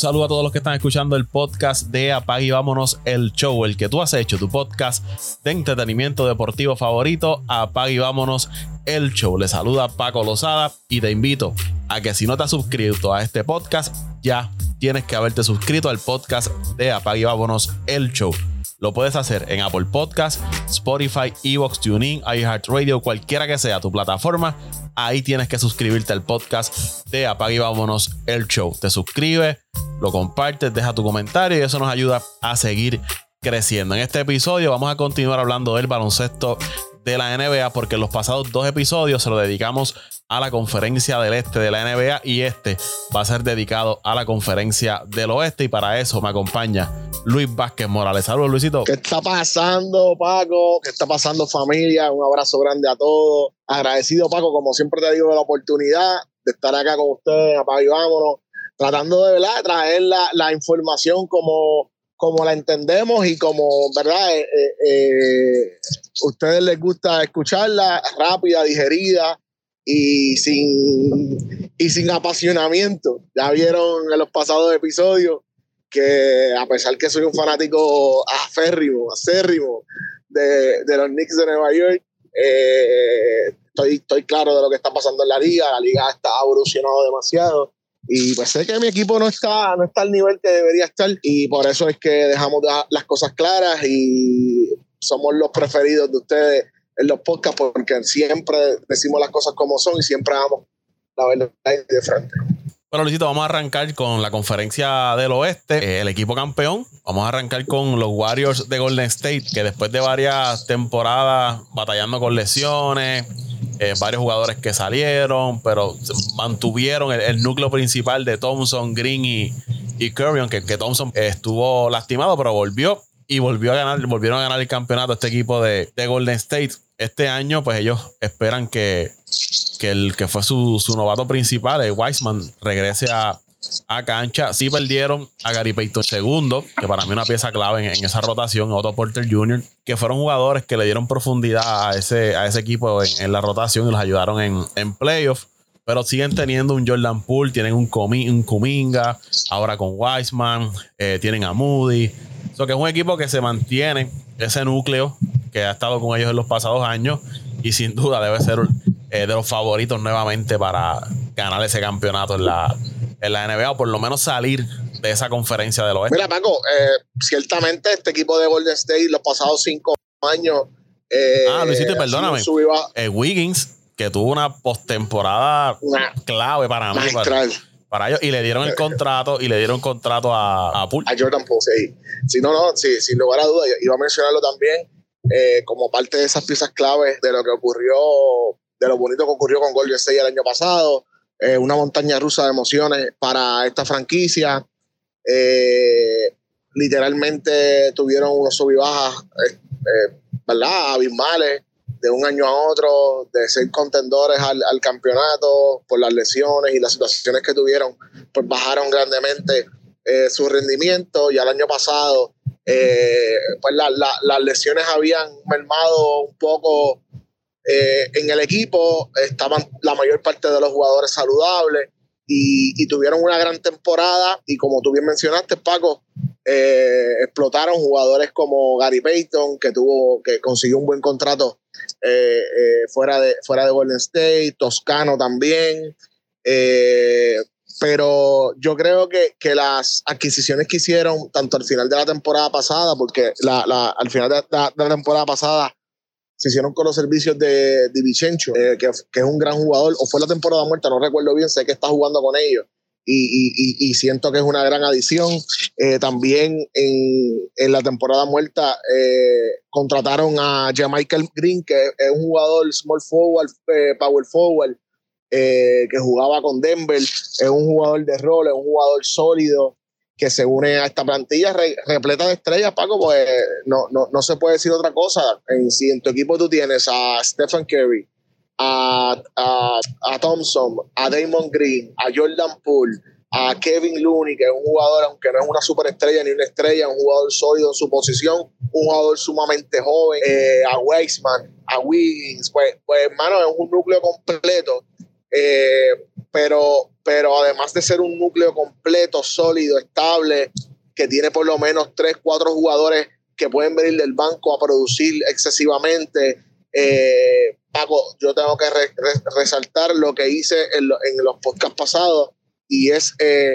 saludo a todos los que están escuchando el podcast de Apague y Vámonos el Show, el que tú has hecho, tu podcast de entretenimiento deportivo favorito, Apague y Vámonos el Show. Les saluda Paco Lozada y te invito a que si no te has suscrito a este podcast, ya tienes que haberte suscrito al podcast de Apague y Vámonos el Show. Lo puedes hacer en Apple Podcasts, Spotify, Evox, TuneIn, iHeartRadio, cualquiera que sea tu plataforma. Ahí tienes que suscribirte al podcast de Apague y Vámonos el Show. Te suscribes, lo compartes, deja tu comentario y eso nos ayuda a seguir creciendo. En este episodio vamos a continuar hablando del baloncesto de la NBA, porque en los pasados 2 episodios se lo dedicamos a la conferencia del este de la NBA y este va a ser dedicado a la conferencia del oeste, y para eso me acompaña Luis Vázquez Morales. Saludos, Luisito. ¿Qué está pasando, Paco? ¿Qué está pasando, familia? Un abrazo grande a todos. Agradecido, Paco, como siempre te digo, de la oportunidad de estar acá con ustedes, Apague y Vámonos, tratando de, ¿verdad?, traer la información como la entendemos y como, ¿verdad?, ustedes les gusta escucharla rápida, digerida y sin apasionamiento. Ya vieron en los pasados episodios que, a pesar que soy un fanático acérrimo de los Knicks de Nueva York, estoy claro de lo que está pasando en la liga. La liga está evolucionado demasiado y pues sé que mi equipo no está al nivel que debería estar, y por eso es que dejamos las cosas claras y somos los preferidos de ustedes en los podcasts, porque siempre decimos las cosas como son y siempre damos la verdad de frente. Bueno, Luisito, vamos a arrancar con la conferencia del oeste, el equipo campeón. Vamos a arrancar con los Warriors de Golden State, que después de varias temporadas batallando con lesiones, varios jugadores que salieron, pero mantuvieron el núcleo principal de Thompson, Green y Curry, aunque Thompson estuvo lastimado, pero volvieron a ganar el campeonato este equipo de Golden State. Este año, pues ellos esperan que el que fue su novato principal, Wiseman, regrese a cancha. Sí perdieron a Gary Payton II, que para mí una pieza clave en esa rotación, Otto Porter Jr., que fueron jugadores que le dieron profundidad a ese equipo en la rotación y los ayudaron en playoffs. Pero siguen teniendo un Jordan Poole, tienen un Kuminga, ahora con Wiseman, tienen a Moody. So que es un equipo que se mantiene ese núcleo que ha estado con ellos en los pasados años y sin duda debe ser de los favoritos nuevamente para ganar ese campeonato en la NBA, o por lo menos salir de esa conferencia del oeste. Mira, Paco, ciertamente este equipo de Golden State los pasados 5 años... Luisito, perdóname. Wiggins, que tuvo una postemporada clave para mí. Para ellos, y le dieron el contrato a Poole. A Jordan Poole, sí. Sí, sin lugar a dudas. Iba a mencionarlo también como parte de esas piezas claves de lo que ocurrió, de lo bonito que ocurrió con Golden State el año pasado. Una montaña rusa de emociones para esta franquicia. Literalmente tuvieron unos sub y bajas, ¿verdad?, abismales, de un año a otro, de ser contendores al campeonato por las lesiones y las situaciones que tuvieron, pues bajaron grandemente su rendimiento. Ya el año pasado pues las lesiones habían mermado un poco en el equipo. Estaban la mayor parte de los jugadores saludables y tuvieron una gran temporada, y como tú bien mencionaste, Paco, explotaron jugadores como Gary Payton, que consiguió un buen contrato fuera de Golden State, Toscano también, pero yo creo que las adquisiciones que hicieron tanto al final de la temporada pasada, porque al final de la temporada pasada se hicieron con los servicios de DiVincenzo, que es un gran jugador, o fue la temporada muerta, no recuerdo bien, sé que está jugando con ellos y siento que es una gran adición. También en la temporada muerta contrataron a Jamichael Green, que es un jugador small forward, power forward, que jugaba con Denver. Es un jugador de rol, es un jugador sólido que se une a esta plantilla repleta de estrellas, Paco. Pues no se puede decir otra cosa. Si en tu equipo tú tienes a Stephen Curry, a Thompson, a Damon Green, a Jordan Poole, a Kevin Looney, que es un jugador, aunque no es una superestrella ni una estrella, un jugador sólido en su posición, un jugador sumamente joven, a Wiseman, a Wiggins, pues hermano, es un núcleo completo pero además de ser un núcleo completo, sólido, estable, que tiene por lo menos 3, 4 jugadores que pueden venir del banco a producir excesivamente. Paco, yo tengo que resaltar lo que hice en los podcasts pasados, y es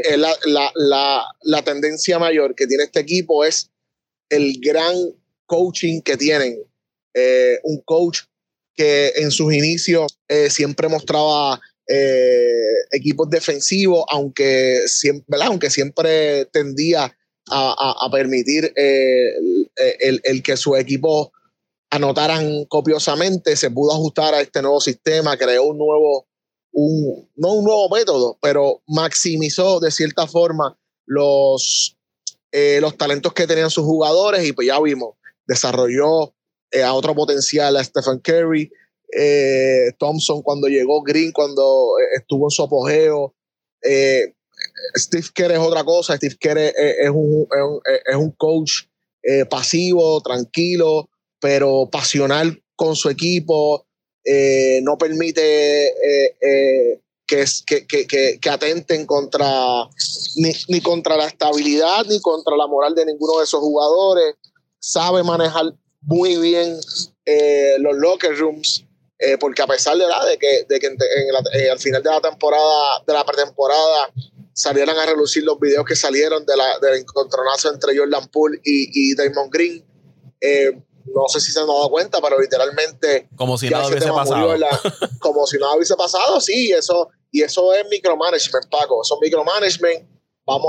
la tendencia mayor que tiene este equipo es el gran coaching que tienen. Un coach que en sus inicios siempre mostraba equipos defensivos, aunque siempre tendía a permitir el que su equipo anotaran copiosamente. Se pudo ajustar a este nuevo sistema, creó no un nuevo método, pero maximizó de cierta forma los talentos que tenían sus jugadores, y pues ya vimos, desarrolló a otro potencial, a Stephen Curry, Thompson cuando llegó, Green cuando estuvo en su apogeo. Steve Kerr es otra cosa. Steve Kerr es un coach pasivo, tranquilo, pero pasional con su equipo. No permite que atenten ni contra la estabilidad ni contra la moral de ninguno de esos jugadores. Sabe manejar muy bien los locker rooms, porque a pesar de que al final de la temporada, de la pretemporada, salieran a relucir los videos que salieron del encontronazo entre Jordan Poole y Draymond Green, no sé si se han dado cuenta, pero literalmente como si nada hubiese pasado. Como si nada hubiese pasado, sí. Y eso es micromanagement, Paco. Eso es micromanagement. Vamos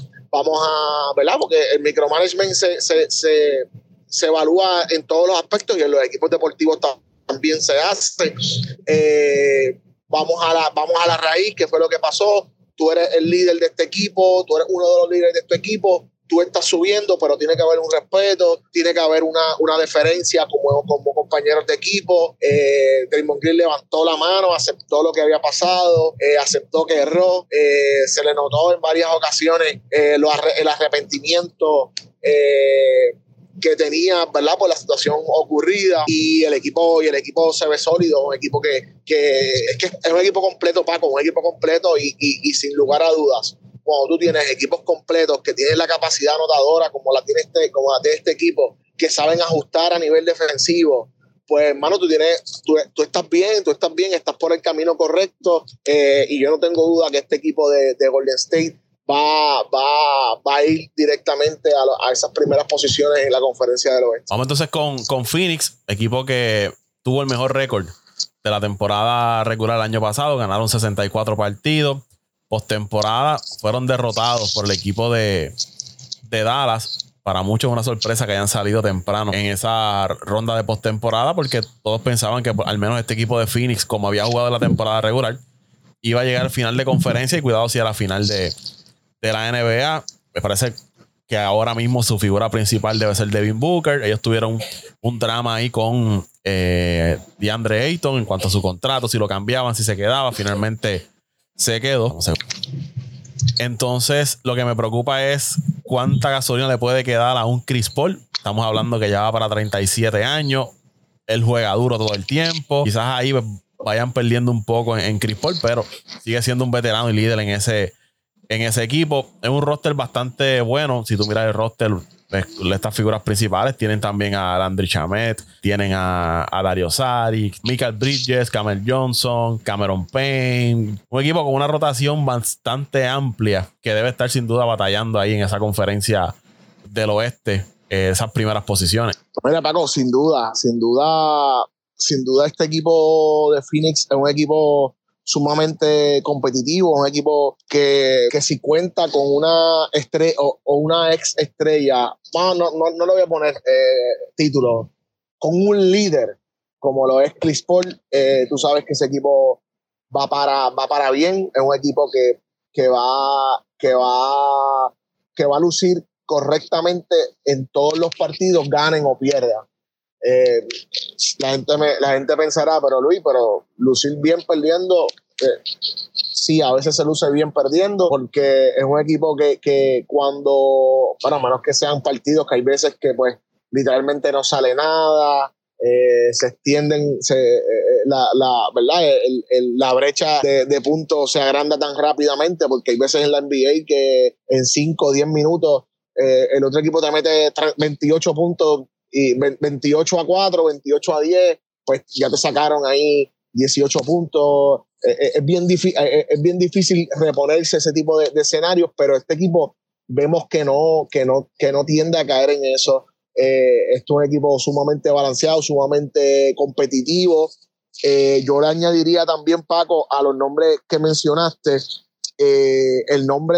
a, ¿verdad? Porque el micromanagement se evalúa en todos los aspectos, y en los equipos deportivos también se hace. Vamos a la raíz. ¿Qué fue lo que pasó? Tú eres el líder de este equipo, tú eres uno de los líderes de este equipo, tú estás subiendo, pero tiene que haber un respeto, tiene que haber una deferencia como compañeros de equipo. Draymond Green levantó la mano, aceptó lo que había pasado, aceptó que erró. Se le notó en varias ocasiones el arrepentimiento que tenía, ¿verdad?, por la situación ocurrida, y el equipo se ve sólido, un equipo que es un equipo completo, Paco, un equipo completo, y sin lugar a dudas, cuando tú tienes equipos completos que tienen la capacidad anotadora como la tiene este equipo, que saben ajustar a nivel defensivo, pues hermano, tú estás bien, estás por el camino correcto, y yo no tengo duda que este equipo de Golden State va a ir directamente a esas primeras posiciones en la conferencia del oeste. Vamos entonces con Phoenix, equipo que tuvo el mejor récord de la temporada regular el año pasado. Ganaron 64 partidos. Postemporada fueron derrotados por el equipo de Dallas. Para muchos es una sorpresa que hayan salido temprano en esa ronda de postemporada, porque todos pensaban que al menos este equipo de Phoenix, como había jugado la temporada regular, iba a llegar al final de conferencia, y cuidado si a la final de la NBA. Me parece que ahora mismo su figura principal debe ser Devin Booker. Ellos tuvieron un drama ahí con DeAndre Ayton en cuanto a su contrato, si lo cambiaban, si se quedaba. Finalmente se quedó. Entonces, lo que me preocupa es cuánta gasolina le puede quedar a un Chris Paul. Estamos hablando que ya va para 37 años. Él juega duro todo el tiempo. Quizás ahí vayan perdiendo un poco en Chris Paul, pero sigue siendo un veterano y líder en ese equipo. Es un roster bastante bueno. Si tú miras el roster, estas figuras principales tienen también a Landry Shamet, tienen a Dario Saric, Michael Bridges, Cameron Johnson, Cameron Payne. Un equipo con una rotación bastante amplia que debe estar sin duda batallando ahí en esa conferencia del oeste, esas primeras posiciones. Mira, Paco, sin duda este equipo de Phoenix es un equipo sumamente competitivo, un equipo que si cuenta con una estrella o una ex estrella, no le voy a poner título, con un líder como lo es Chris Paul, tú sabes que ese equipo va para bien. Es un equipo que va a lucir correctamente en todos los partidos, ganen o pierdan. La gente pensará, pero Luis, lucir bien perdiendo, sí, a veces se luce bien perdiendo, porque es un equipo que cuando, bueno, a menos que sean partidos que hay veces que pues literalmente no sale nada, se extienden ¿verdad? La brecha de puntos se agranda tan rápidamente, porque hay veces en la NBA que en 5 o 10 minutos el otro equipo te mete 28 puntos y 28-4, 28-10, pues ya te sacaron ahí 18 puntos. Es bien difícil reponerse ese tipo de escenarios, pero este equipo vemos que no tiende a caer en eso. Esto es un equipo sumamente balanceado, sumamente competitivo. Yo le añadiría también, Paco, a los nombres que mencionaste, el nombre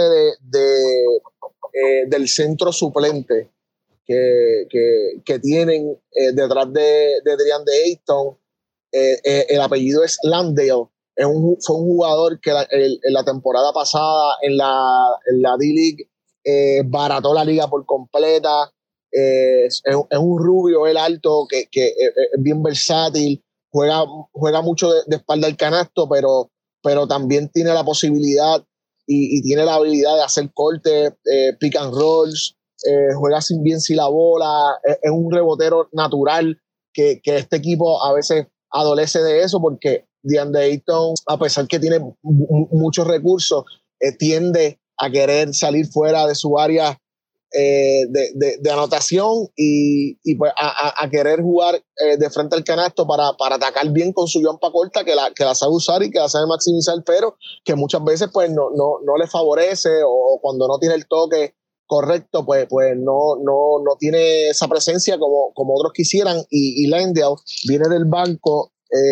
del centro suplente que tienen detrás de DeAndre Ayton. El apellido es Landale. Fue un jugador que en la temporada pasada en la D-League barató la liga por completa. Es un rubio, el alto, que es bien versátil, juega mucho de espalda al canasto, pero también tiene la posibilidad y tiene la habilidad de hacer cortes, pick and rolls, juega bien sin la bola, es un rebotero natural que este equipo a veces adolece de eso, porque DeAndre Ayton, a pesar que tiene muchos recursos, tiende a querer salir fuera de su área de anotación y pues a querer jugar de frente al canasto para atacar bien con su yompa corta, que la sabe usar y que la sabe maximizar, pero que muchas veces pues no le favorece, o cuando no tiene el toque correcto, pues no tiene esa presencia como otros quisieran. Y Landale viene del banco.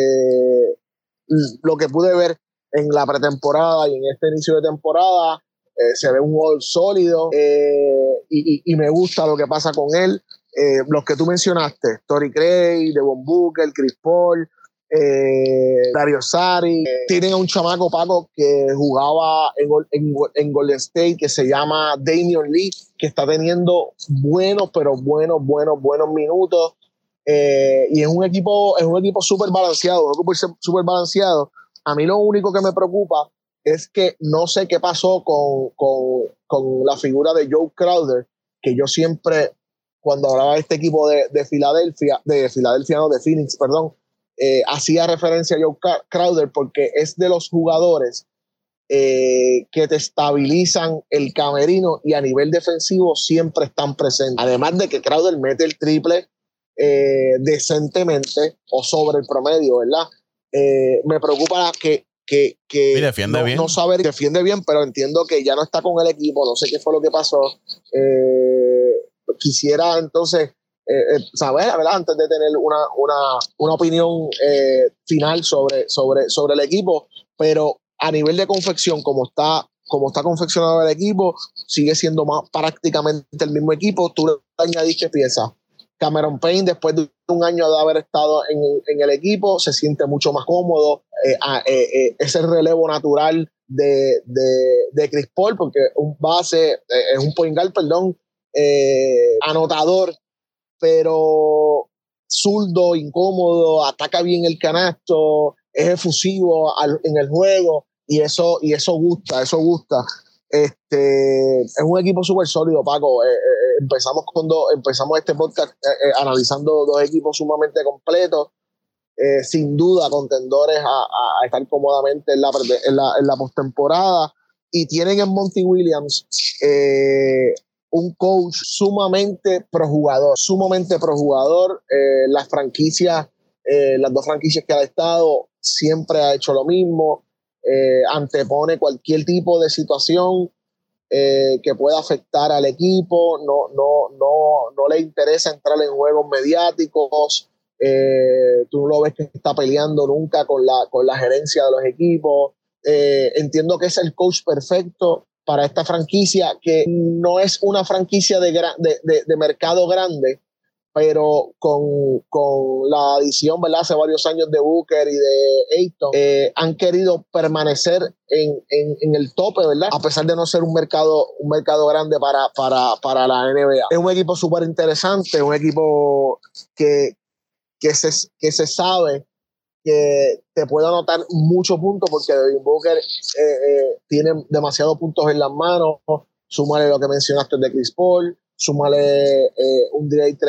Lo que pude ver en la pretemporada y en este inicio de temporada, se ve un jugador sólido, y me gusta lo que pasa con él. Los que tú mencionaste, Torrey Craig, Devin Booker, Chris Paul, Dario Saric, tienen a un chamaco, Paco, que jugaba en Golden State, que se llama Damian Lee, que está teniendo buenos minutos, y es un equipo súper balanceado, súper balanceado. A mí lo único que me preocupa es que no sé qué pasó con la figura de Joe Crowder, que yo siempre, cuando hablaba de este equipo de Phoenix, perdón, hacía referencia a Joe Crowder, porque es de los jugadores que te estabilizan el camerino y a nivel defensivo siempre están presentes. Además de que Crowder mete el triple decentemente o sobre el promedio, ¿verdad? Me preocupa que defiende bien. No saber, defiende bien, pero entiendo que ya no está con el equipo, no sé qué fue lo que pasó. Quisiera entonces saber, ¿verdad?, antes de tener una opinión final sobre el equipo, pero a nivel de confección, como está confeccionado el equipo, sigue siendo prácticamente el mismo equipo. Tú le añadiste piezas. Cameron Payne, después de un año de haber estado en el equipo, se siente mucho más cómodo. Es el relevo natural de Chris Paul, porque un base, es un point guard, perdón, anotador, pero zurdo, incómodo, ataca bien el canasto, es efusivo en el juego, y eso gusta. Es un equipo súper sólido, Paco. Empezamos este podcast analizando dos equipos sumamente completos, sin duda contendores a estar cómodamente en la postemporada, y tienen en Monty Williams un coach sumamente projugador. Las dos franquicias que ha estado, siempre ha hecho lo mismo. Antepone cualquier tipo de situación que pueda afectar al equipo. No le interesa entrar en juegos mediáticos. Tú no lo ves que está peleando nunca con la gerencia de los equipos. Entiendo que es el coach perfecto para esta franquicia, que no es una franquicia de mercado grande, pero con la adición, ¿verdad?, hace varios años de Booker y de Ayton, han querido permanecer en el tope, ¿verdad?, a pesar de no ser un mercado grande para la NBA. Es un equipo súper interesante, es un equipo que se sabe que te puede anotar muchos puntos, porque Devin Booker tiene demasiados puntos en las manos. Súmale lo que mencionaste de Chris Paul. súmale un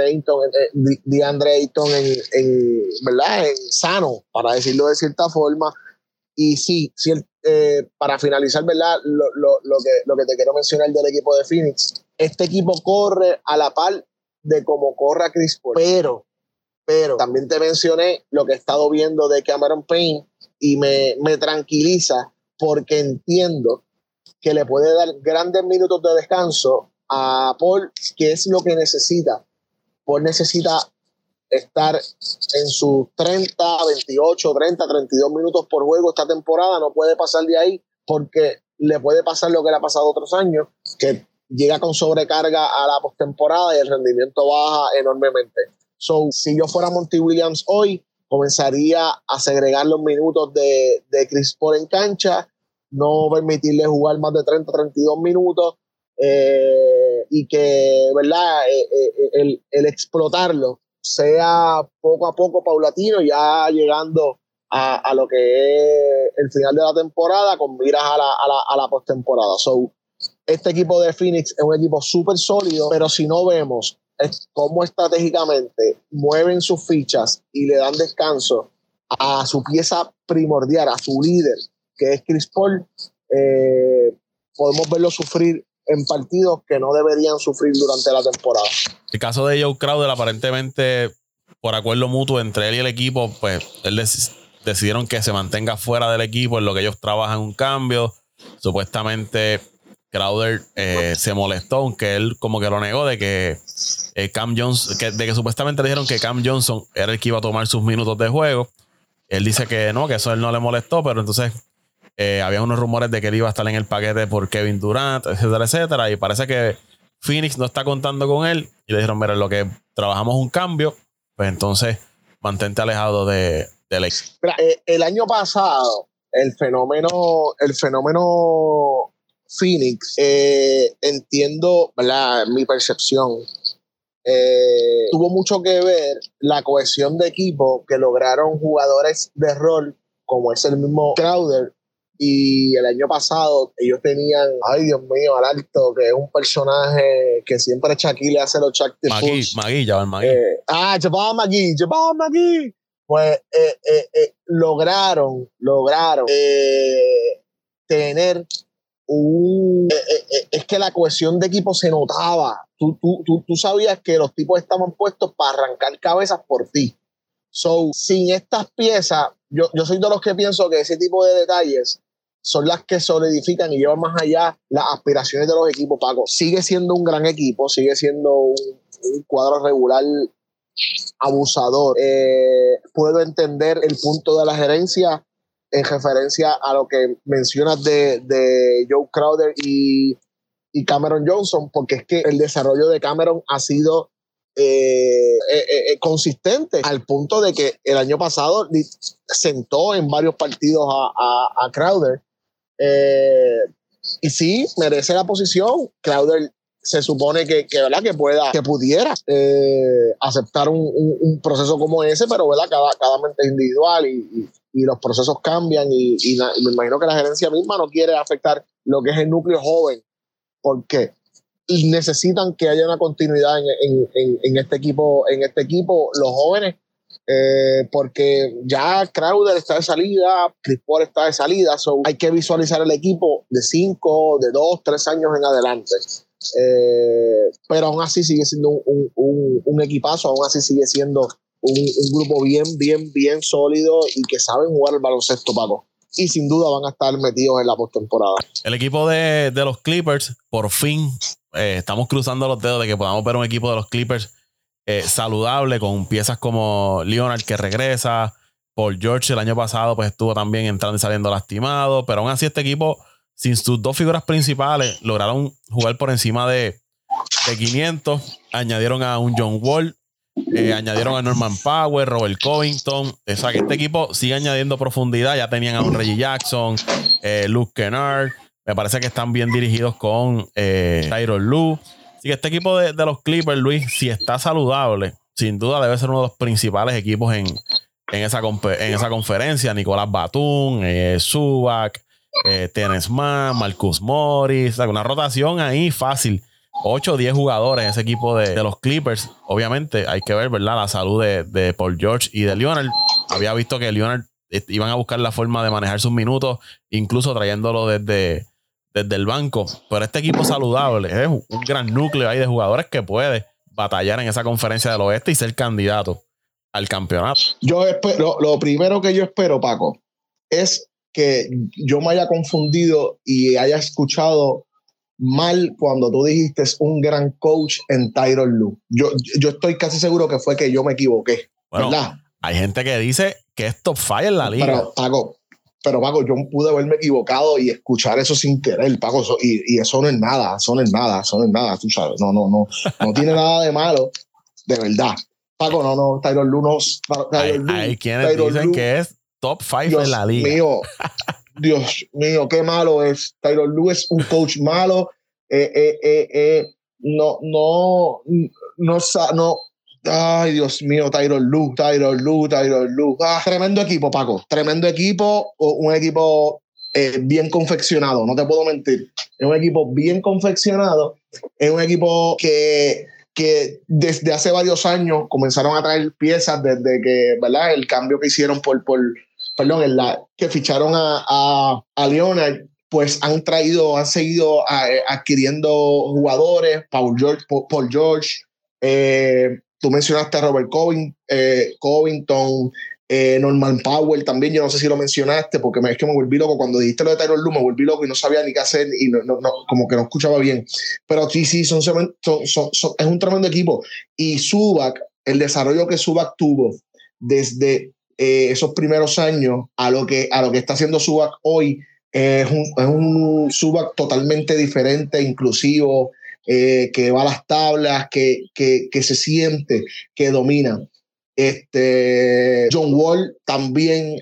DeAndre Ayton ¿verdad? En sano, para decirlo de cierta forma. Y sí, para finalizar, ¿verdad? Lo que te quiero mencionar del equipo de Phoenix, este equipo corre a la par de como corre Chris Paul, pero también te mencioné lo que he estado viendo de Cameron Payne y me tranquiliza porque entiendo que le puede dar grandes minutos de descanso a Paul, que es lo que necesita. Paul necesita estar en sus 28, 30, 32 minutos por juego esta temporada, no puede pasar de ahí porque le puede pasar lo que le ha pasado otros años, que llega con sobrecarga a la postemporada y el rendimiento baja enormemente. So, si yo fuera Monty Williams hoy, comenzaría a segregar los minutos de Chris Paul en cancha, no permitirle jugar más de 30, 32 minutos y que, ¿verdad? El explotarlo sea poco a poco paulatino, ya llegando a lo que es el final de la temporada con miras a la postemporada. So, este equipo de Phoenix es un equipo súper sólido, pero si no vemos cómo estratégicamente mueven sus fichas y le dan descanso a su pieza primordial, a su líder, que es Chris Paul, podemos verlo sufrir en partidos que no deberían sufrir durante la temporada. El caso de Joe Crowder, aparentemente, por acuerdo mutuo entre él y el equipo, pues él decidieron que se mantenga fuera del equipo en lo que ellos trabajan un cambio. Supuestamente Crowder se molestó, aunque él como que lo negó, de que Cam Johnson, de que supuestamente le dijeron que Cam Johnson era el que iba a tomar sus minutos de juego. Él dice que no, que eso a él no le molestó, pero entonces había unos rumores de que él iba a estar en el paquete por Kevin Durant, etcétera, etcétera, y parece que Phoenix no está contando con él y le dijeron, mira, lo que trabajamos un cambio, pues entonces mantente alejado de él. El año pasado el fenómeno Phoenix, entiendo, ¿verdad? Mi percepción, tuvo mucho que ver la cohesión de equipo que lograron jugadores de rol como es el mismo Crowder. Y el año pasado ellos tenían, ay Dios mío, al alto, que es un personaje que siempre Shaquille le hace los Shaq-Ti Jabbar Magui. Jabbar Magui. Pues lograron tener es que la cohesión de equipo se notaba. Tú sabías que los tipos estaban puestos para arrancar cabezas por ti. So, sin estas piezas, yo soy de los que pienso que ese tipo de detalles son las que solidifican y llevan más allá las aspiraciones de los equipos. Paco, sigue siendo un gran equipo, sigue siendo un cuadro regular abusador. Puedo entender el punto de la gerencia en referencia a lo que mencionas de Joe Crowder y Cameron Johnson, porque es que el desarrollo de Cameron ha sido consistente al punto de que el año pasado sentó en varios partidos a Crowder, y sí, merece la posición. Crowder se supone que pudiera aceptar un proceso como ese, pero ¿verdad? Cada mente es individual y los procesos cambian y me imagino que la gerencia misma no quiere afectar lo que es el núcleo joven, porque necesitan que haya una continuidad en este equipo, los jóvenes, porque ya Crowder está de salida, Chris Paul está de salida, so hay que visualizar el equipo de 5, de 2, 3 años en adelante. Pero aún así sigue siendo un equipazo, aún así sigue siendo un grupo bien sólido y que saben jugar el baloncesto, Paco. Y sin duda van a estar metidos en la postemporada. El equipo de los Clippers, por fin, estamos cruzando los dedos de que podamos ver un equipo de los Clippers saludable, con piezas como Leonard, que regresa. Paul George el año pasado pues estuvo también entrando y saliendo lastimado, pero aún así este equipo, sin sus dos figuras principales, lograron jugar por encima de 500. Añadieron a un John Wall, añadieron a Norman Powell, Robert Covington. O sea que este equipo sigue añadiendo profundidad. Ya tenían a un Reggie Jackson, Luke Kennard. Me parece que están bien dirigidos con Tyronn Lue. Así que este equipo de los Clippers, Luis, si está saludable, sin duda debe ser uno de los principales equipos en esa conferencia. Nicolás Batum, Zubac, Terence Mann, Marcus Morris. O sea, una rotación ahí fácil 8 o 10 jugadores en ese equipo de los Clippers. Obviamente hay que ver, ¿verdad?, la salud de Paul George y de Leonard. Había visto que Leonard iban a buscar la forma de manejar sus minutos, incluso trayéndolo desde el banco. Pero este equipo saludable es un gran núcleo ahí de jugadores que puede batallar en esa conferencia del oeste y ser candidato al campeonato. Yo espero, lo primero que yo espero, Paco, es que yo me haya confundido y haya escuchado mal cuando tú dijiste un gran coach en Tyronn Lue. Yo estoy casi seguro que fue que yo me equivoqué, bueno, ¿verdad? Hay gente que dice que es top 5 en la liga. Pero Paco, yo pude haberme equivocado y escuchar eso sin querer, Paco, y eso no es nada, tú sabes, no tiene nada de malo, de verdad. Paco, no, Tyronn Lue no. Hay quienes Tyronn dicen Lue, que es top 5 en la liga. Dios mío, qué malo es. Tyronn Lue es un coach malo. No. Ay, Dios mío, Tyronn Lue. Tremendo equipo, Paco. Tremendo equipo. Un equipo bien confeccionado. No te puedo mentir. Es un equipo bien confeccionado. Es un equipo que desde hace varios años comenzaron a traer piezas desde que, ¿verdad?, el cambio que hicieron que ficharon a Leonard, pues han seguido adquiriendo jugadores. Paul George, tú mencionaste a Robert Covington, Norman Powell también, yo no sé si lo mencionaste porque es que me volví loco cuando dijiste lo de Tyronn Lue, me volví loco y no sabía ni qué hacer y como que no escuchaba bien, pero sí, es un tremendo equipo. Y Zubac, el desarrollo que Zubac tuvo desde esos primeros años a lo que está haciendo Zubac hoy, es un Zubac totalmente diferente, inclusivo, que va a las tablas, que se siente, que domina. John Wall también,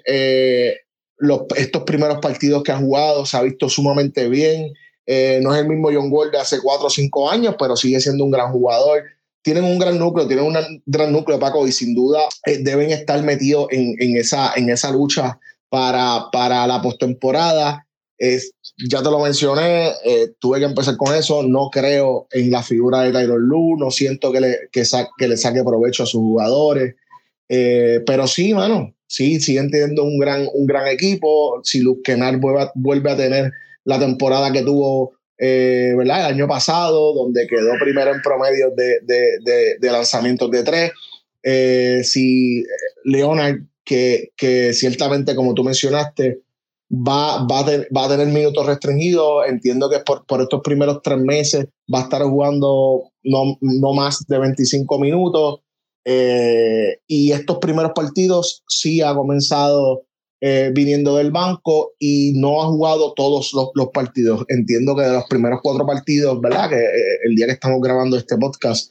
estos primeros partidos que ha jugado se ha visto sumamente bien. No es el mismo John Wall de hace 4 o 5 años, pero sigue siendo un gran jugador. Tienen un gran núcleo, Paco, y sin duda deben estar metidos en esa lucha para la postemporada. Ya te lo mencioné, tuve que empezar con eso. No creo en la figura de Tyronn Lue, no siento que le saque provecho a sus jugadores. Pero sí, mano, siguen teniendo un gran equipo. Si Luke Kennard vuelve a tener la temporada que tuvo, ¿verdad?, el año pasado, donde quedó primero en promedio de lanzamientos de 3. Si Leonard, que ciertamente, como tú mencionaste, va a tener minutos restringidos, entiendo que por estos primeros 3 meses va a estar jugando no más de 25 minutos. Y estos primeros partidos sí ha comenzado viniendo del banco y no ha jugado todos los partidos. Entiendo que de los primeros 4 partidos, ¿verdad?, que el día que estamos grabando este podcast,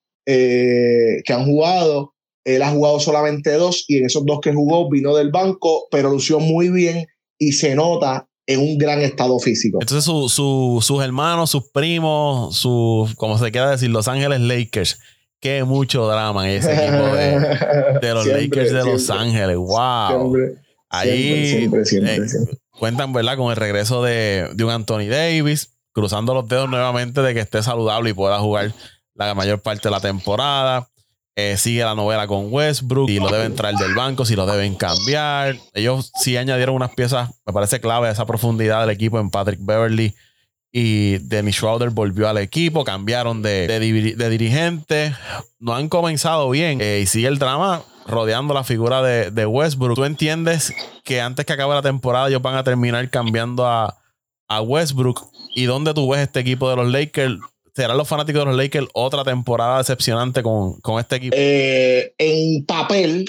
que han jugado, él ha jugado solamente 2 y en esos 2 que jugó vino del banco, pero lució muy bien y se nota en un gran estado físico. Entonces sus hermanos, sus primos, como se quiera decir, Los Ángeles Lakers. Qué mucho drama en ese equipo de los Lakers de Los Ángeles. ¡Wow! Ahí siempre. Cuentan, ¿verdad?, con el regreso de un Anthony Davis, cruzando los dedos nuevamente de que esté saludable y pueda jugar la mayor parte de la temporada. Sigue la novela con Westbrook, si lo deben traer del banco, si lo deben cambiar. Ellos sí añadieron unas piezas, me parece clave, esa profundidad del equipo en Patrick Beverley. Y Dennis Schroeder volvió al equipo, cambiaron de dirigente, no han comenzado bien y sigue el drama rodeando la figura de Westbrook. ¿Tú entiendes que antes que acabe la temporada ellos van a terminar cambiando a Westbrook? ¿Y dónde tú ves este equipo de los Lakers? ¿Serán los fanáticos de los Lakers otra temporada decepcionante con este equipo? En papel,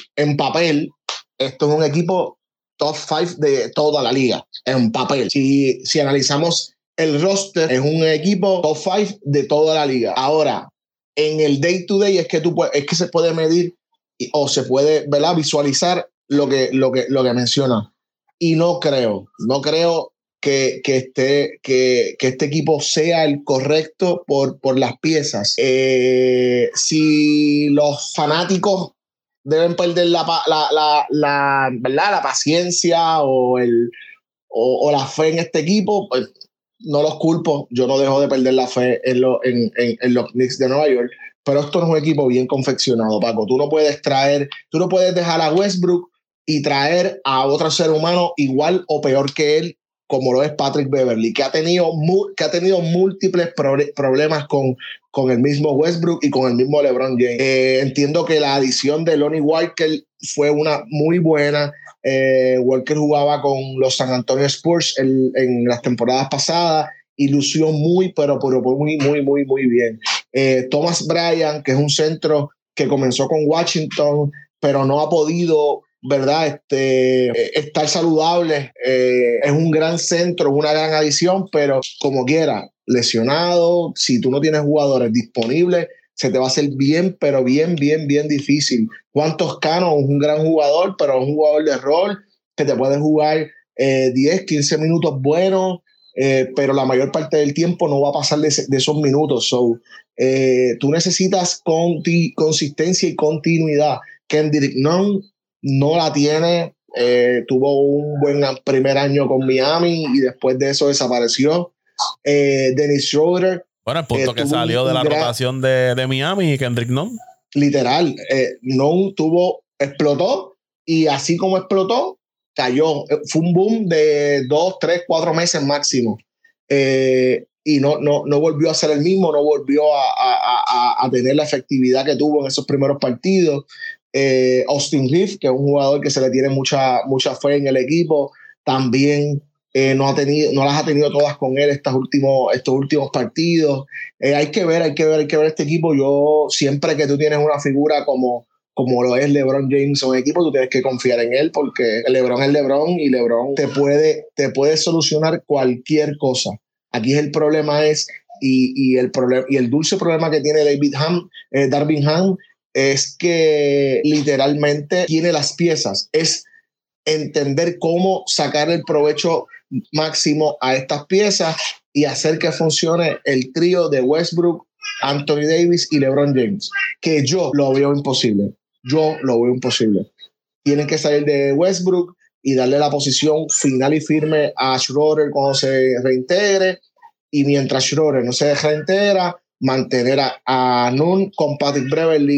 esto es un equipo top 5 de toda la liga. En papel. Si analizamos el roster, es un equipo top 5 de toda la liga. Ahora, en el day to day es que se puede medir o se puede, ¿verdad?, visualizar lo que menciona. Y no creo que este equipo sea el correcto por las piezas. Si los fanáticos deben perder la paciencia o la fe en este equipo, pues no los culpo, yo no dejo de perder la fe en los Knicks de Nueva York, pero esto no es un equipo bien confeccionado, Paco. Tú no puedes dejar a Westbrook y traer a otro ser humano igual o peor que él, como lo es Patrick Beverley, que ha tenido múltiples problemas con el mismo Westbrook y con el mismo LeBron James. Entiendo que la adición de Lonnie Walker fue una muy buena. Walker jugaba con los San Antonio Spurs en las temporadas pasadas y lució pero muy bien. Thomas Bryant, que es un centro que comenzó con Washington, pero no ha podido, ¿verdad? Estar saludable. Es un gran centro, una gran adición, pero como quiera, lesionado, si tú no tienes jugadores disponibles, se te va a hacer bien, pero bien difícil. Juan Toscano es un gran jugador, pero es un jugador de rol que te puede jugar 10, 15 minutos buenos, pero la mayor parte del tiempo no va a pasar de esos minutos. Tú necesitas consistencia y continuidad. Kendrick Nunn no la tiene. Tuvo un buen primer año con Miami y después de eso desapareció. Dennis Schroeder. Bueno, el punto que salió de la rotación de Miami y Kendrick Nunn. Literal, Nunn explotó y así como explotó, cayó. Fue un boom de 2, 3, 4 meses máximo. Y no volvió a ser el mismo, no volvió a tener la efectividad que tuvo en esos primeros partidos. Austin Reeves, que es un jugador que se le tiene mucha fe en el equipo, también no las ha tenido todas con él estos últimos partidos. Hay que ver este equipo. Yo siempre que tú tienes una figura como lo es LeBron James en un equipo, tú tienes que confiar en él, porque LeBron es LeBron y LeBron te puede solucionar cualquier cosa. Aquí el problema y el dulce problema que tiene Darvin Ham es que literalmente tiene las piezas. Es entender cómo sacar el provecho máximo a estas piezas y hacer que funcione el trío de Westbrook, Anthony Davis y LeBron James, que yo lo veo imposible. Tienen que salir de Westbrook y darle la posición final y firme a Schroeder cuando se reintegre, y mientras Schroeder no se reintegra, mantener a Nunn con Patrick Beverley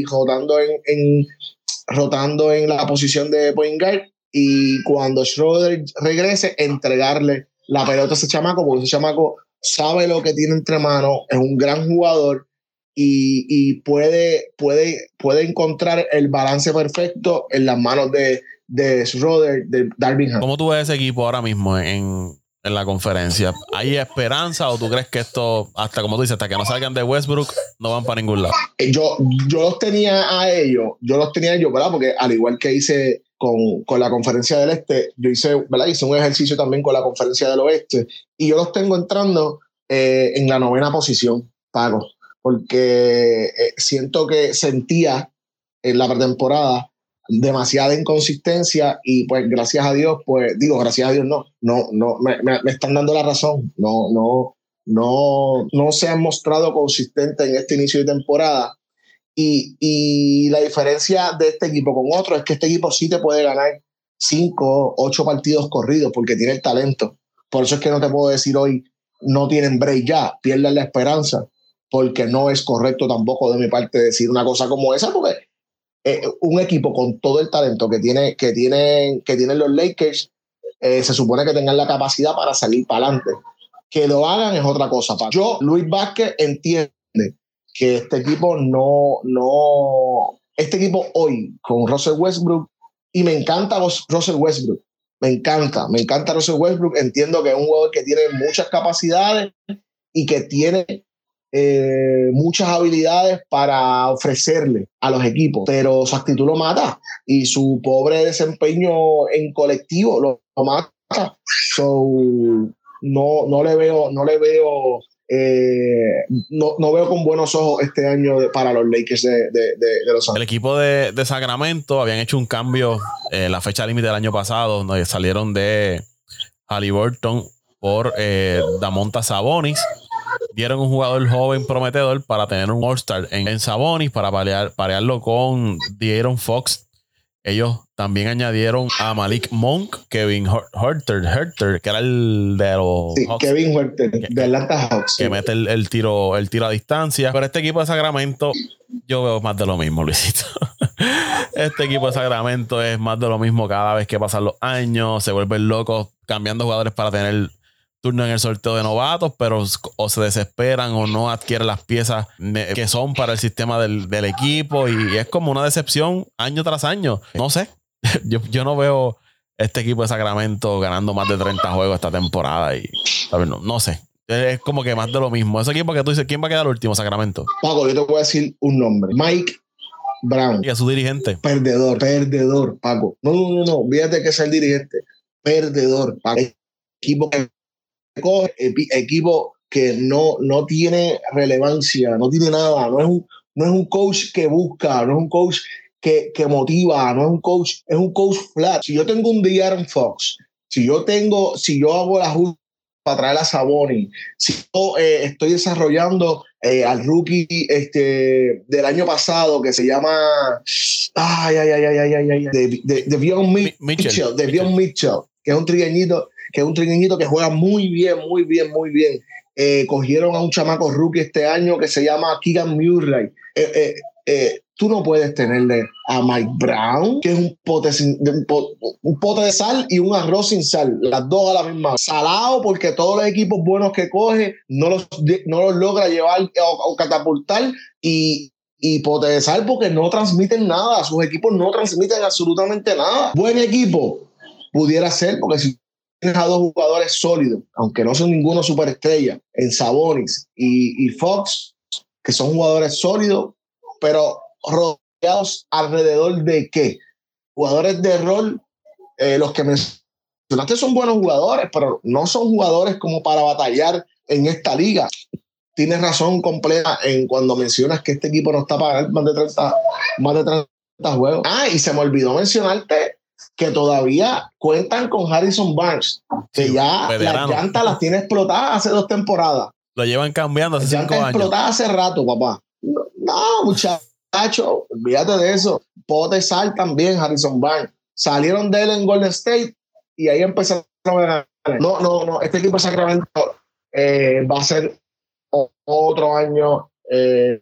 rotando en la posición de point guard, y cuando Schroeder regrese, entregarle la pelota a ese chamaco, porque ese chamaco sabe lo que tiene entre manos, es un gran jugador y puede encontrar el balance perfecto en las manos de Schroeder, de Darvin Ham. ¿Cómo tú ves ese equipo ahora mismo en la conferencia? ¿Hay esperanza o tú crees que esto, hasta como tú dices, hasta que no salgan de Westbrook, no van para ningún lado? Yo los tenía a ellos, ¿verdad? Porque al igual que hice con la conferencia del este, yo hice un ejercicio también con la conferencia del oeste, y yo los tengo entrando en la 9ª posición, Paco, porque sentía en la pretemporada demasiada inconsistencia, y pues gracias a Dios me están dando la razón. No se han mostrado consistentes en este inicio de temporada, y la diferencia de este equipo con otro es que este equipo sí te puede ganar 5, 8 partidos corridos porque tiene el talento. Por eso es que no te puedo decir hoy no tienen break ya, pierden la esperanza, porque no es correcto tampoco de mi parte decir una cosa como esa, porque un equipo con todo el talento que tienen los Lakers, se supone que tengan la capacidad para salir para adelante. Que lo hagan es otra cosa. Yo, Luis Vázquez, entiende que este equipo este equipo hoy con Russell Westbrook, y me encanta Russell Westbrook, me encanta Russell Westbrook, entiendo que es un jugador que tiene muchas capacidades y que tiene muchas habilidades para ofrecerle a los equipos, pero su actitud lo mata y su pobre desempeño en colectivo lo mata. No veo con buenos ojos este año para los Lakers de Los Ángeles. El equipo de Sacramento habían hecho un cambio en la fecha límite del año pasado, donde salieron de Haliburton por Domantas Sabonis. Dieron un jugador joven prometedor para tener un All-Star en Sabonis, para parearlo con De'Aaron Fox ellos también añadieron a Malik Monk, Kevin Huerter, que era el de los Hawks. Kevin Huerter, de Atlanta Hawks. Que mete el tiro a distancia. Pero este equipo de Sacramento, yo veo más de lo mismo, Luisito. Este equipo de Sacramento es más de lo mismo cada vez que pasan los años. Se vuelven locos cambiando jugadores para tener turno en el sorteo de novatos, pero o se desesperan o no adquieren las piezas que son para el sistema del equipo, y es como una decepción año tras año. No sé, yo no veo este equipo de Sacramento ganando más de 30 juegos esta temporada y ¿sabes? No sé, es como que más de lo mismo. Ese equipo que tú dices, ¿quién va a quedar último? Sacramento. Paco, yo te voy a decir un nombre: Mike Brown. Y a su dirigente. Perdedor, Paco. No, fíjate que es el dirigente. Perdedor, Paco. Equipo que coge, equipo que no tiene relevancia, no tiene nada, no es un coach que busca, no es un coach que motiva, no es un coach, es un coach flat. Si yo tengo un De'Aaron Fox, si yo hago la ajuste para traer a Sabonis, si yo estoy desarrollando al rookie del año pasado que se llama Devion Mitchell, que es un trigueñito que juega muy bien. Cogieron a un chamaco rookie este año que se llama Keegan Murray. Tú no puedes tenerle a Mike Brown, que es un pote de sal y un arroz sin sal, las dos a la misma vez. Salado porque todos los equipos buenos que coge no los logra llevar o catapultar, y pote de sal porque no transmiten nada. Sus equipos no transmiten absolutamente nada. Buen equipo pudiera ser, porque si tienes a dos jugadores sólidos, aunque no son ninguno superestrella, en Sabonis y Fox, que son jugadores sólidos, pero rodeados alrededor de ¿qué? Jugadores de rol. Los que mencionaste son buenos jugadores, pero no son jugadores como para batallar en esta liga. Tienes razón completa en cuando mencionas que este equipo no está para ganar más de 30 juegos. Y se me olvidó mencionarte que todavía cuentan con Harrison Barnes, que ya las llantas las tiene explotadas hace 2 temporadas. Lo llevan cambiando hace 5 años. Explotadas hace rato, papá. No, muchacho, olvídate de eso. Pote sal también, Harrison Barnes. Salieron de él en Golden State y ahí empezaron a ganar. No, este equipo de Sacramento va a ser otro año en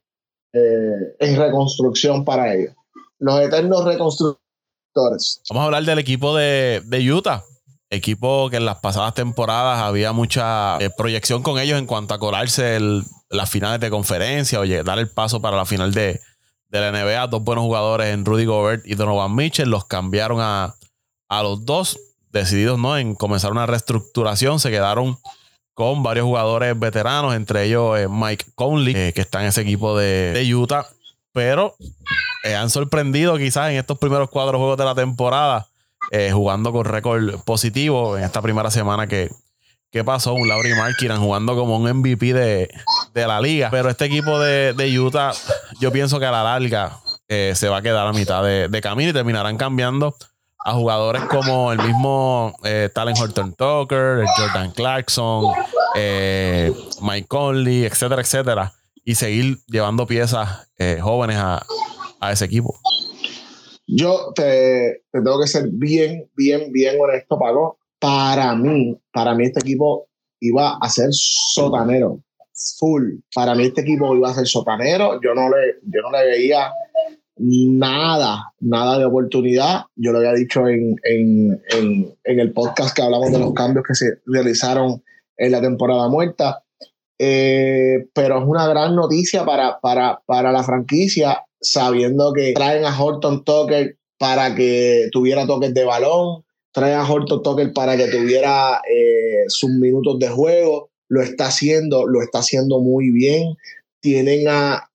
reconstrucción para ellos. Los eternos reconstructores. Vamos a hablar del equipo de Utah. Equipo que en las pasadas temporadas había mucha proyección con ellos en cuanto a colarse las finales de conferencia o dar el paso para la final de la NBA. 2 buenos jugadores en Rudy Gobert y Donovan Mitchell. Los cambiaron a los dos, decididos en comenzar una reestructuración. Se quedaron con varios jugadores veteranos, entre ellos Mike Conley, que está en ese equipo de Utah, pero han sorprendido quizás en estos primeros 4 juegos de la temporada, jugando con récord positivo. En esta primera semana que pasó, un Lauri Markkanen jugando como un MVP de la liga. Pero este equipo de Utah, yo pienso que a la larga se va a quedar a mitad de camino y terminarán cambiando a jugadores como el mismo Talen Horton-Tucker, Jordan Clarkson, Mike Conley, etcétera, y seguir llevando piezas jóvenes a ese equipo. Yo te tengo que ser bien honesto, Paco. Para mí este equipo iba a ser sotanero, full. Para mí este equipo iba a ser sotanero. Yo no le veía nada de oportunidad. Yo lo había dicho en el podcast que hablamos de los cambios que se realizaron en la temporada muerta. Pero es una gran noticia para la franquicia, sabiendo que traen a Horton-Tucker para que tuviera toques de balón, traen a Horton-Tucker para que tuviera sus minutos de juego. Lo está haciendo muy bien. Tienen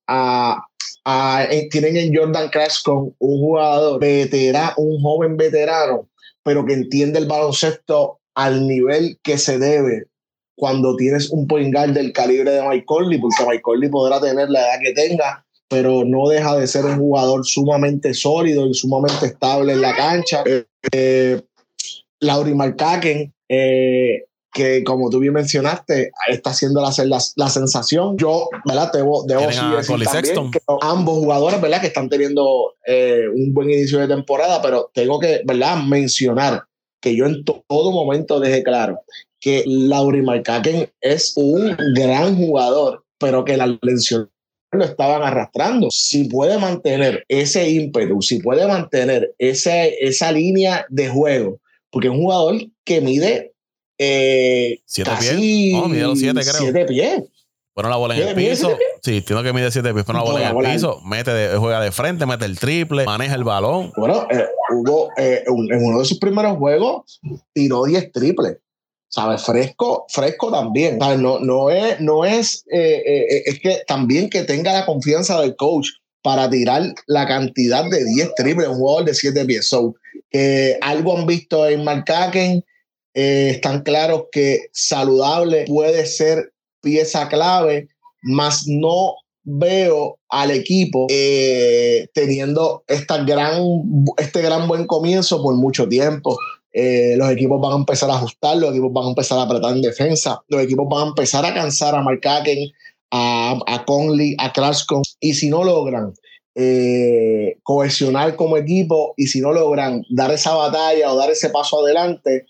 tienen en Jordan Clarkson un jugador veterano, un joven veterano, pero que entiende el baloncesto al nivel que se debe cuando tienes un point guard del calibre de Mike Conley, porque Mike Conley podrá tener la edad que tenga, pero no deja de ser un jugador sumamente sólido y sumamente estable en la cancha. Lauri Markkanen que como tú bien mencionaste, está haciendo la sensación. Yo, ¿verdad? Debo sí decir también que ambos jugadores, ¿verdad? Que están teniendo un buen inicio de temporada, pero tengo que, ¿verdad? Mencionar que yo en todo momento dejé claro que Lauri Markkanen es un gran jugador, pero que las lesiones lo estaban arrastrando. Si puede mantener ese ímpetu, si puede mantener esa línea de juego, porque es un jugador que mide 7 casi pies. Mide los 7, creo. 7 pies. Pone la bola en el piso. Sí, entiendo que mide 7 pies. Pone la bola en el piso. Juega de frente, mete el triple, maneja el balón. Bueno, en uno de sus primeros juegos tiró 10 triples. ¿Sabes? Fresco también. ¿Sabes? No es que también que tenga la confianza del coach para tirar la cantidad de 10 triples, un jugador de 7 pies. So, algo han visto en Markkanen. Están claros que saludable puede ser pieza clave, más no veo al equipo teniendo este gran buen comienzo por mucho tiempo. Los equipos van a empezar a ajustar, los equipos van a empezar a apretar en defensa, los equipos van a empezar a cansar a Markkanen, a Conley, a Clarkson, y si no logran cohesionar como equipo, y si no logran dar esa batalla o dar ese paso adelante,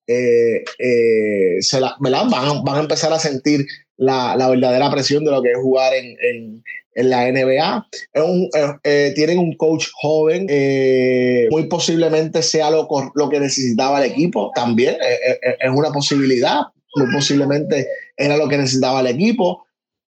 van a empezar a sentir la verdadera presión de lo que es jugar en la NBA. Tienen un coach joven, muy posiblemente sea lo que necesitaba el equipo también, es una posibilidad, muy posiblemente era lo que necesitaba el equipo,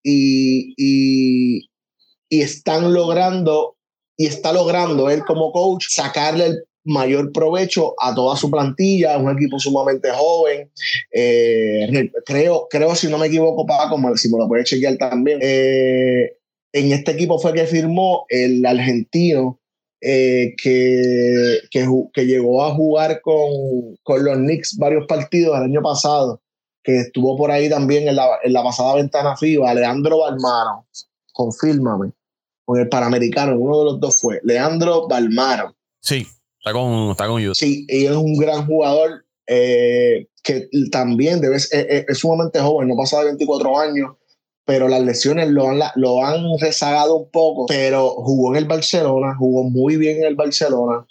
y están logrando, y está logrando él como coach sacarle el mayor provecho a toda su plantilla. Es un equipo sumamente joven. Creo, si no me equivoco, Paco, si me lo puedes chequear también, en este equipo fue que firmó el argentino que llegó a jugar con los Knicks varios partidos el año pasado, que estuvo por ahí también en la pasada ventana FIBA, Leandro Balmaro. Confírmame. Con el Panamericano, uno de los dos fue Leandro Balmaro. Sí, está con Utah. Sí, y es un gran jugador que también es sumamente joven, no pasa de 24 años, pero las lesiones lo han rezagado un poco, pero jugó en el Barcelona, jugó muy bien en el Barcelona,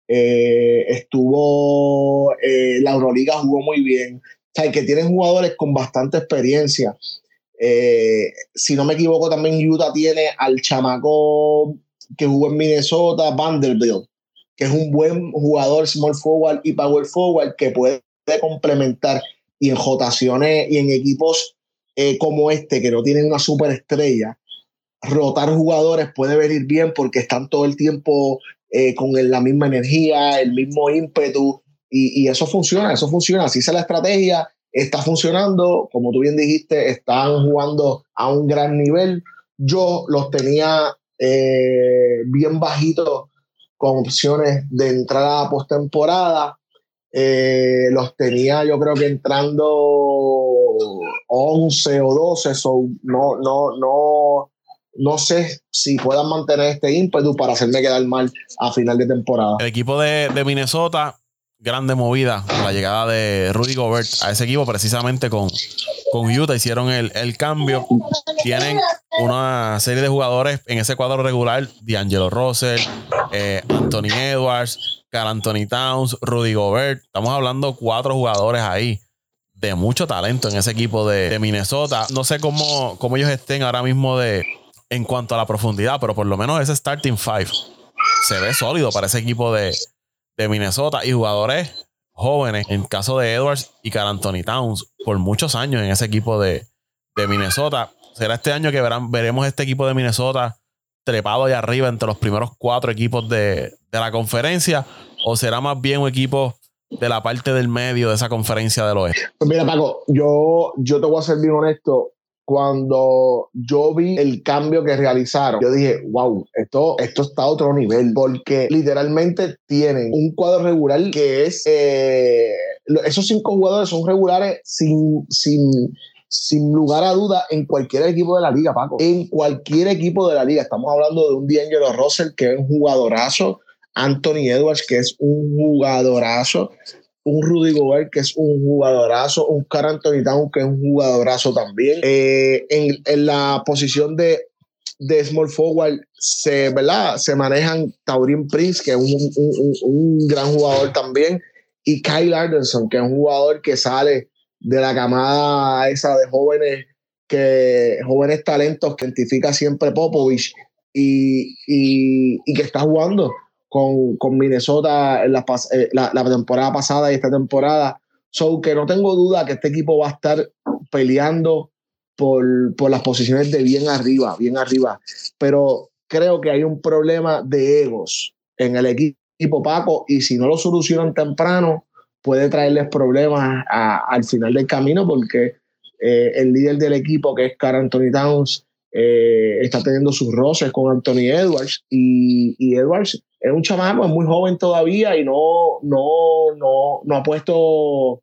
estuvo la Euroliga, jugó muy bien. O sea, que tienen jugadores con bastante experiencia. Si no me equivoco, también Utah tiene al chamaco que jugó en Minnesota, Vanderbilt, que es un buen jugador, small forward y power forward, que puede complementar, y en rotaciones y en equipos como este, que no tienen una superestrella, rotar jugadores puede venir bien porque están todo el tiempo con la misma energía, el mismo ímpetu, y eso funciona, así es la estrategia. Está funcionando, como tú bien dijiste, están jugando a un gran nivel. Yo los tenía bien bajitos con opciones de entrada a postemporada. Los tenía, yo creo que entrando 11 o 12, so no sé si puedan mantener este ímpetu para hacerme quedar mal a final de temporada. El equipo de Minnesota, grande movida con la llegada de Rudy Gobert a ese equipo, precisamente con Utah hicieron el cambio. Tienen una serie de jugadores en ese cuadro regular: D'Angelo Russell, Anthony Edwards, Karl Anthony Towns, Rudy Gobert. Estamos hablando 4 jugadores ahí de mucho talento en ese equipo de Minnesota. No sé cómo ellos estén ahora mismo en cuanto a la profundidad, pero por lo menos ese starting 5 se ve sólido para ese equipo de Minnesota, y jugadores jóvenes, en caso de Edwards y Karl Anthony Towns, por muchos años en ese equipo de Minnesota. ¿Será este año que veremos este equipo de Minnesota trepado allá arriba entre los primeros 4 equipos de la conferencia, o será más bien un equipo de la parte del medio de esa conferencia del oeste? Pues mira, Paco, yo te voy a ser bien honesto. Cuando yo vi el cambio que realizaron, yo dije, wow, esto está a otro nivel, porque literalmente tienen un cuadro regular que es, esos 5 jugadores son regulares sin lugar a duda en cualquier equipo de la liga, Paco. En cualquier equipo de la liga. Estamos hablando de un D'Angelo Russell, que es un jugadorazo, Anthony Edwards, que es un jugadorazo, un Rudy Gobert que es un jugadorazo, un Karl Anthony Towns que es un jugadorazo también. En la posición de small forward ¿verdad? Se manejan Taurean Prince, que es un gran jugador también, y Kyle Anderson, que es un jugador que sale de la camada esa de jóvenes talentos que identifica siempre Popovich y que está jugando con Minnesota en la temporada pasada y esta temporada. So que no tengo duda que este equipo va a estar peleando por las posiciones de bien arriba, pero creo que hay un problema de egos en el equipo, Paco, y si no lo solucionan temprano puede traerles problemas al final del camino, porque el líder del equipo, que es Karl Anthony Towns, está teniendo sus roces con Anthony Edwards, y Edwards es un chamaco, es muy joven todavía y no ha puesto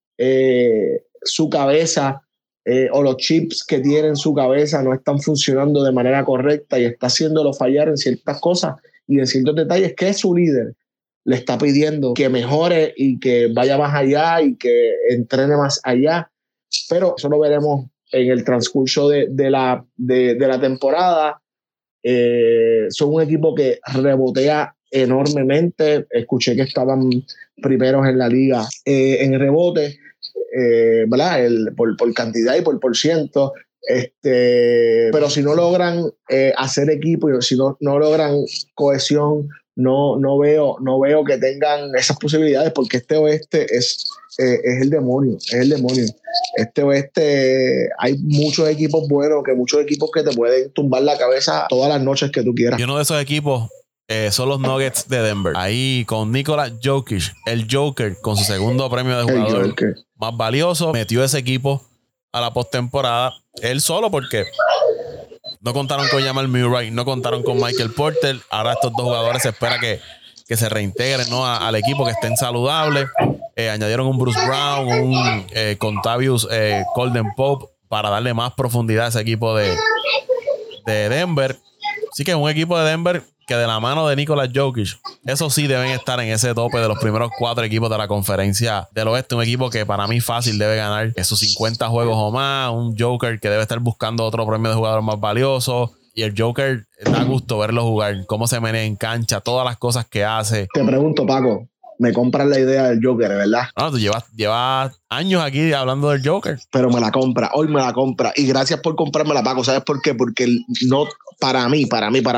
su cabeza o los chips que tiene en su cabeza no están funcionando de manera correcta y está haciéndolo fallar en ciertas cosas y en ciertos detalles que su líder le está pidiendo que mejore y que vaya más allá y que entrene más allá, pero eso lo veremos en el transcurso de la temporada. Son un equipo que rebotea enormemente. Escuché que estaban primeros en la liga en rebote, ¿verdad? Por cantidad y por ciento. Pero si no logran hacer equipo y si no logran cohesión, no veo que tengan esas posibilidades, porque este oeste es el demonio, Este oeste hay muchos equipos buenos, muchos equipos que te pueden tumbar la cabeza todas las noches que tú quieras. Y uno de esos equipos son los Nuggets de Denver. Ahí con Nikola Jokic, el Joker, con su segundo premio de jugador más valioso, metió ese equipo a la postemporada él solo, porque no contaron con Jamal Murray, no contaron con Michael Porter. Ahora estos dos jugadores se espera que se reintegren, ¿no? al equipo, que estén saludables. Añadieron un Bruce Brown, un Contavious Golden Pope, para darle más profundidad a ese equipo de Denver. Así que es un equipo de Denver que, de la mano de Nikola Jokic, eso sí deben estar en ese tope de los primeros 4 equipos de la conferencia del oeste. Un equipo que para mí fácil debe ganar esos 50 juegos o más. Un Joker que debe estar buscando otro premio de jugador más valioso. Y el Joker, da gusto verlo jugar, cómo se menea en cancha, todas las cosas que hace. Te pregunto, Paco, ¿me compras la idea del Joker, verdad? No, tú llevas años aquí hablando del Joker. Pero me la compra, hoy me la compra. Y gracias por comprármela, Paco. ¿Sabes por qué? Porque no, para mí,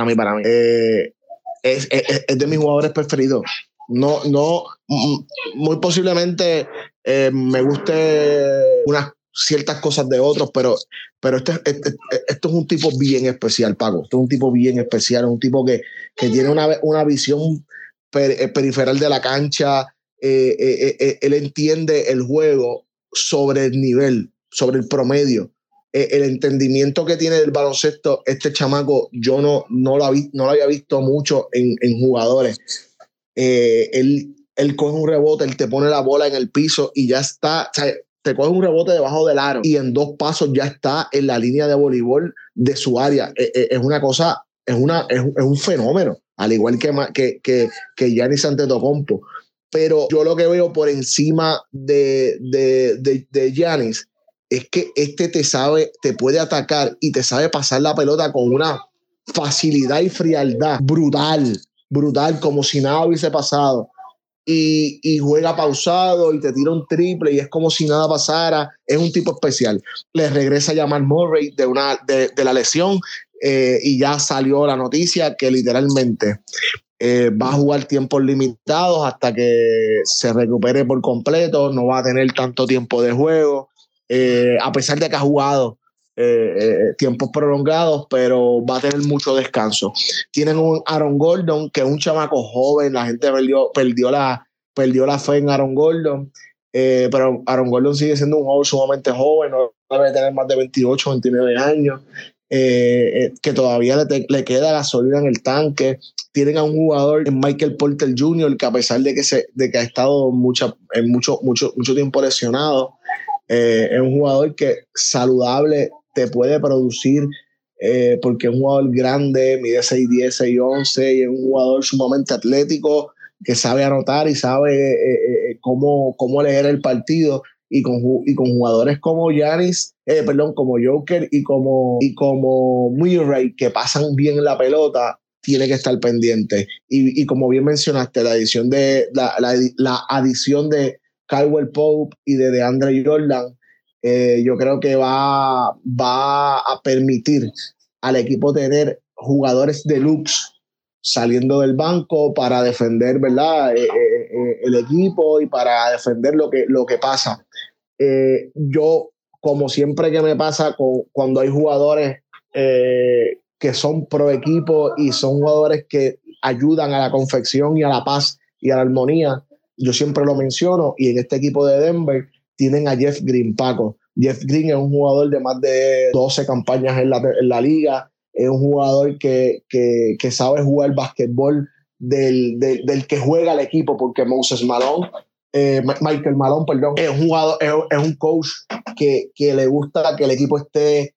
es de mis jugadores preferidos. No, muy posiblemente me guste unas ciertas cosas de otros, pero esto es un tipo bien especial, Paco. Esto es un tipo bien especial, un tipo que tiene una visión periferal de la cancha. Él entiende el juego sobre el nivel, sobre el promedio. El entendimiento que tiene del baloncesto este chamaco, yo no lo había visto mucho en jugadores. Él coge un rebote, él te pone la bola en el piso y ya está. O sea, te coge un rebote debajo del aro y en 2 pasos ya está en la línea de voleibol de su área. Es una cosa, es un fenómeno, al igual que Giannis Antetokounmpo. Pero yo lo que veo por encima de Giannis es que te puede atacar y te sabe pasar la pelota con una facilidad y frialdad brutal, como si nada hubiese pasado. Y juega pausado y te tira un triple y es como si nada pasara. Es un tipo especial. Le regresa a Jamal Murray de la lesión, y ya salió la noticia que literalmente va a jugar tiempos limitados hasta que se recupere por completo. No va a tener tanto tiempo de juego, a pesar de que ha jugado tiempos prolongados, pero va a tener mucho descanso. Tienen un Aaron Gordon, que es un chamaco joven. La gente perdió la fe en Aaron Gordon, pero Aaron Gordon sigue siendo un jugador sumamente joven, no debe tener más de 28, 29 años, que todavía le queda gasolina en el tanque. Tienen a un jugador, Michael Porter Jr., que a pesar de que ha estado mucho tiempo lesionado, es un jugador que saludable te puede producir, porque es un jugador grande, mide 6'10", 6'11", y es un jugador sumamente atlético, que sabe anotar y sabe cómo leer el partido, y con jugadores como como Joker y como Murray, que pasan bien la pelota, tiene que estar pendiente. Y como bien mencionaste, la adición de Caldwell Pope y de DeAndre Jordan, yo creo que va a permitir al equipo tener jugadores deluxe saliendo del banco para defender, ¿verdad? El equipo y para defender lo que pasa. Yo, como siempre que me pasa cuando hay jugadores que son pro equipo y son jugadores que ayudan a la confección y a la paz y a la armonía, yo siempre lo menciono, y en este equipo de Denver tienen a Jeff Green, Paco. Jeff Green es un jugador de más de 12 campañas en la liga, es un jugador que sabe jugar básquetbol del que juega el equipo, porque Michael Malone, perdón, es un jugador, es un coach que le gusta que el equipo esté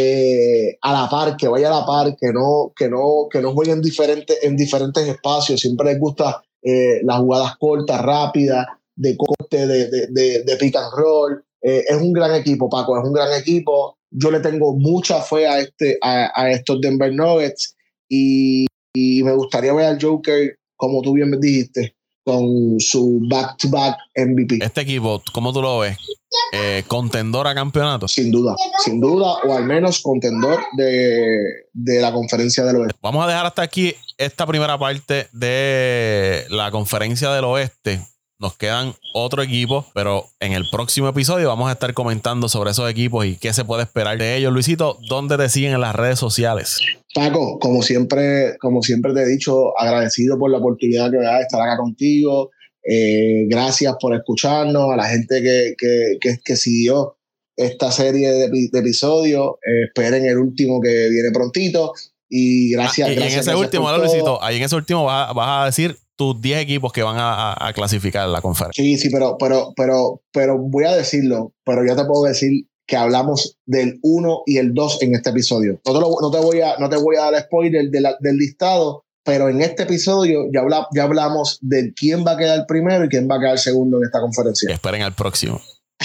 a la par, que vaya a la par, que no juegue en diferentes espacios. Siempre les gusta las jugadas cortas, rápidas, de corte, de pick and roll. Es un gran equipo, Paco, es un gran equipo. Yo le tengo mucha fe a estos Denver Nuggets, y me gustaría ver al Joker, como tú bien me dijiste, con su back-to-back MVP. Este equipo, ¿cómo tú lo ves? ¿Contendor a campeonato? Sin duda, o al menos contendor de la conferencia del oeste. Vamos a dejar hasta aquí esta primera parte de la conferencia del oeste. Nos quedan otro equipo, pero en el próximo episodio vamos a estar comentando sobre esos equipos y qué se puede esperar de ellos. Luisito, ¿dónde te siguen en las redes sociales? Paco, como siempre te he dicho, agradecido por la oportunidad que me da de estar acá contigo. Gracias por escucharnos, a la gente que siguió esta serie de episodios. Esperen el último que viene prontito. Y gracias. Y en ese último, Luisito, ahí en ese último vas a decir tus 10 equipos que van a clasificar la conferencia. Sí, pero voy a decirlo, pero ya te puedo decir que hablamos del 1 y el 2 en este episodio. No te voy a dar spoiler del listado, pero en este episodio ya hablamos de quién va a quedar primero y quién va a quedar segundo en esta conferencia. Esperen al próximo.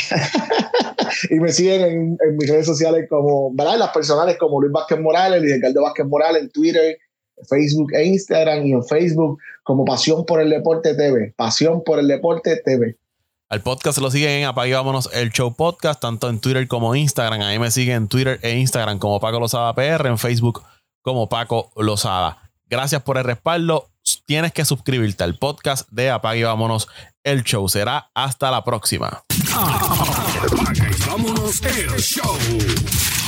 Y me siguen en mis redes sociales como, ¿verdad? Las personales como Luis Vázquez Morales, Luis Ricardo Vázquez Morales, en Twitter, Facebook e Instagram, y en Facebook como Pasión por el Deporte TV. Pasión por el Deporte TV. Al podcast lo siguen en Apague Vámonos el Show Podcast, tanto en Twitter como Instagram. Ahí me siguen en Twitter e Instagram como Paco Lozada PR, en Facebook como Paco Lozada. Gracias por el respaldo. Tienes que suscribirte al podcast de Apague Vámonos el Show. Será hasta la próxima. Apague Vámonos el Show.